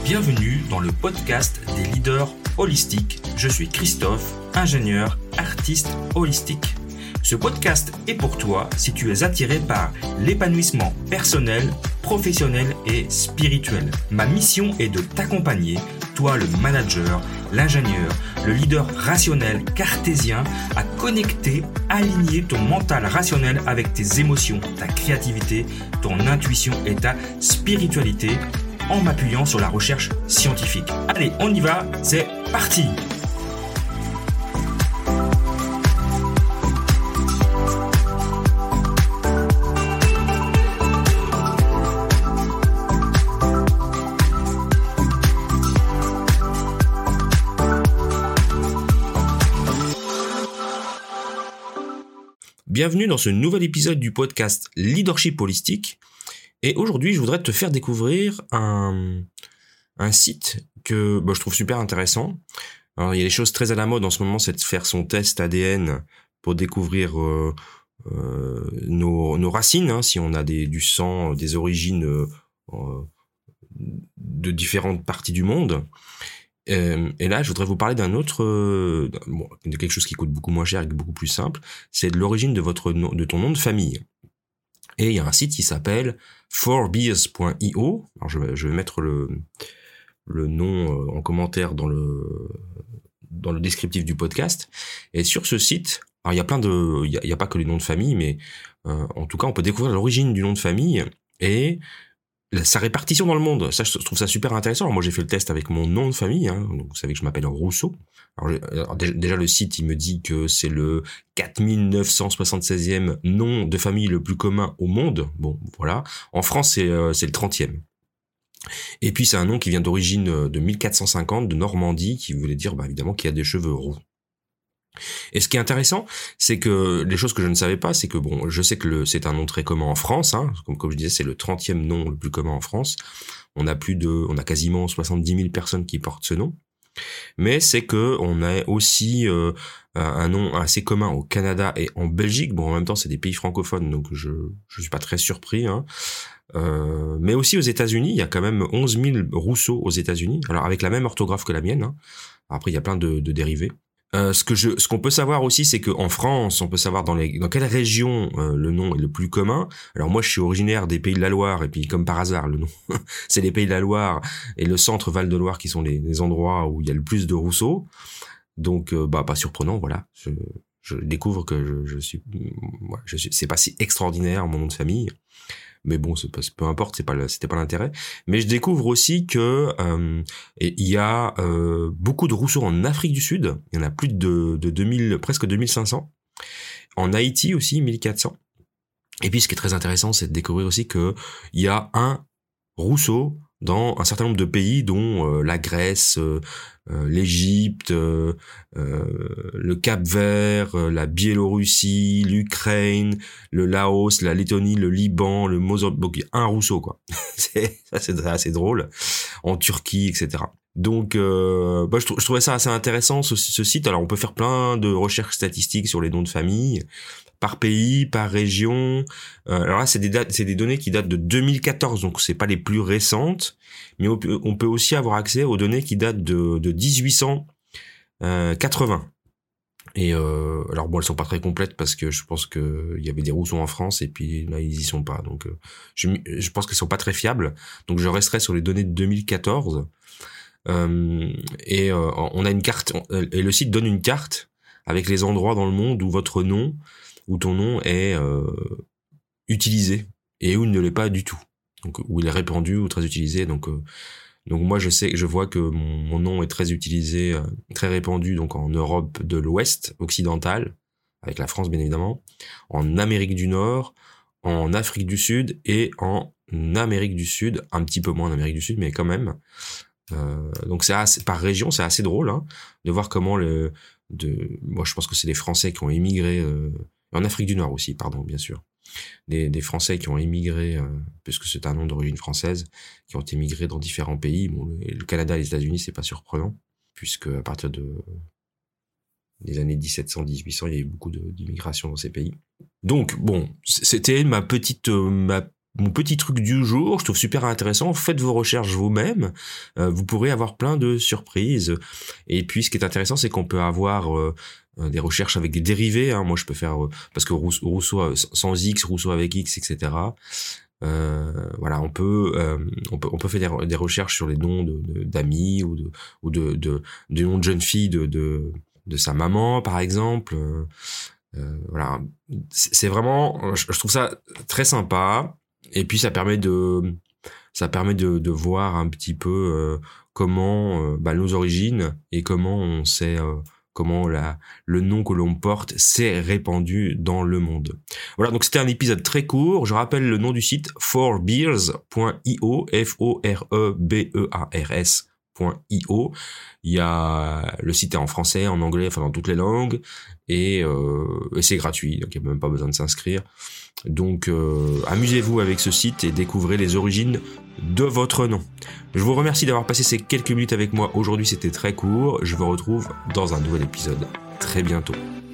Bienvenue dans le podcast des leaders holistiques. Je suis Christophe, ingénieur, artiste holistique. Ce podcast est pour toi si tu es attiré par l'épanouissement personnel, professionnel et spirituel. Ma mission est de t'accompagner, toi le manager, l'ingénieur, le leader rationnel cartésien, à connecter, aligner ton mental rationnel avec tes émotions, ta créativité, ton intuition et ta spiritualité en m'appuyant sur la recherche scientifique. Allez, on y va, c'est parti! Bienvenue dans ce nouvel épisode du podcast Leadership Holistique. Et aujourd'hui, je voudrais te faire découvrir un site que je trouve super intéressant. Alors, il y a des choses très à la mode en ce moment, c'est de faire son test ADN pour découvrir nos racines, hein, si on a du sang, des origines de différentes parties du monde. Et là, je voudrais vous parler de quelque chose qui coûte beaucoup moins cher et beaucoup plus simple. C'est de l'origine de ton nom de famille. Et il y a un site qui s'appelle fourbeers.io. Alors je vais mettre le nom en commentaire dans le descriptif du podcast. Et sur ce site, alors il y a pas que les noms de famille, mais en tout cas, on peut découvrir l'origine du nom de famille et sa répartition dans le monde. Ça, je trouve ça super intéressant. Alors moi, j'ai fait le test avec mon nom de famille, hein. Donc, vous savez que je m'appelle Rousseau. Alors, déjà, le site, il me dit que c'est le 4976e nom de famille le plus commun au monde. Bon, voilà. En France, c'est le 30e. Et puis, c'est un nom qui vient d'origine de 1450, de Normandie, qui voulait dire, évidemment, qu'il y a des cheveux roux. Et ce qui est intéressant, c'est que les choses que je ne savais pas, c'est que je sais que c'est un nom très commun en France, hein, comme je disais, c'est le 30e nom le plus commun en France. On a quasiment 70 000 personnes qui portent ce nom. Mais c'est que on a aussi un nom assez commun au Canada et en Belgique. Bon, en même temps, c'est des pays francophones, donc je suis pas très surpris, hein. Mais aussi aux États-Unis, il y a quand même 11 000 Rousseau aux États-Unis. Alors avec la même orthographe que la mienne, hein. Après, il y a plein de dérivés. Ce qu'on peut savoir aussi, c'est qu'en France, on peut savoir dans quelle région le nom est le plus commun. Alors moi, je suis originaire des Pays de la Loire, et puis comme par hasard, le nom, c'est les Pays de la Loire et le centre Val-de-Loire qui sont les endroits où il y a le plus de Rousseau. Donc, pas surprenant, voilà. Je découvre que c'est pas si extraordinaire mon nom de famille. Mais bon, peu importe, c'était pas l'intérêt. Mais je découvre aussi que il y a beaucoup de Rousseau en Afrique du Sud. Il y en a plus de 2000, presque 2500. En Haïti aussi, 1400. Et puis, ce qui est très intéressant, c'est de découvrir aussi que il y a un Rousseau dans un certain nombre de pays, dont la Grèce, l'Égypte, le Cap-Vert, la Biélorussie, l'Ukraine, le Laos, la Lettonie, le Liban, le Mozambique. Donc, il y a un Rousseau, quoi. C'est assez drôle. En Turquie, etc. Donc, je trouvais ça assez intéressant, ce site. Alors, on peut faire plein de recherches statistiques sur les noms de famille, par pays, par région. Alors là, c'est des données qui datent de 2014, donc c'est pas les plus récentes, mais on peut aussi avoir accès aux données qui datent de 1880. Et alors elles sont pas très complètes parce que je pense que il y avait des Rousseau en France et puis là ils y sont pas. Donc je pense qu'elles sont pas très fiables. Donc je resterai sur les données de 2014. On a une carte et le site donne une carte avec les endroits dans le monde où ton nom est utilisé et où il ne l'est pas du tout. Donc où il est répandu ou très utilisé. Donc moi je vois que mon nom est très utilisé, très répandu donc en Europe de l'Ouest occidentale, avec la France bien évidemment, en Amérique du Nord, en Afrique du Sud et en Amérique du Sud, un petit peu moins en Amérique du Sud mais quand même. Donc par région, c'est assez drôle, hein, de voir comment moi je pense que c'est des Français qui ont émigré en Afrique du Nord aussi, pardon, bien sûr. Des Français qui ont émigré, puisque c'est un nom d'origine française, qui ont émigré dans différents pays. Bon, le Canada et les États-Unis, c'est pas surprenant, puisque à partir des années 1700-1800, il y a eu beaucoup d'immigration dans ces pays. Donc, bon, c'était ma petite mon petit truc du jour, je trouve super intéressant. Faites vos recherches vous-même, vous pourrez avoir plein de surprises. Et puis ce qui est intéressant, c'est qu'on peut avoir des recherches avec des dérivés. Hein. Moi, je peux faire parce que Rousseau sans X, Rousseau avec X, etc. Voilà, on peut faire des recherches sur les noms d'amis ou de noms de jeunes filles de sa maman, par exemple. Voilà, c'est vraiment, je trouve ça très sympa. Et puis ça permet de voir un petit peu comment nos origines et comment on sait comment le nom que l'on porte s'est répandu dans le monde. Voilà, donc c'était un épisode très court. Je rappelle le nom du site fourbears.io, fourbears.io. Il y a le site est en français, en anglais, enfin dans toutes les langues, et c'est gratuit, donc il n'y a même pas besoin de s'inscrire. Donc amusez-vous avec ce site et découvrez les origines de votre nom. Je vous remercie d'avoir passé ces quelques minutes avec moi aujourd'hui, c'était très court. Je vous retrouve dans un nouvel épisode très bientôt.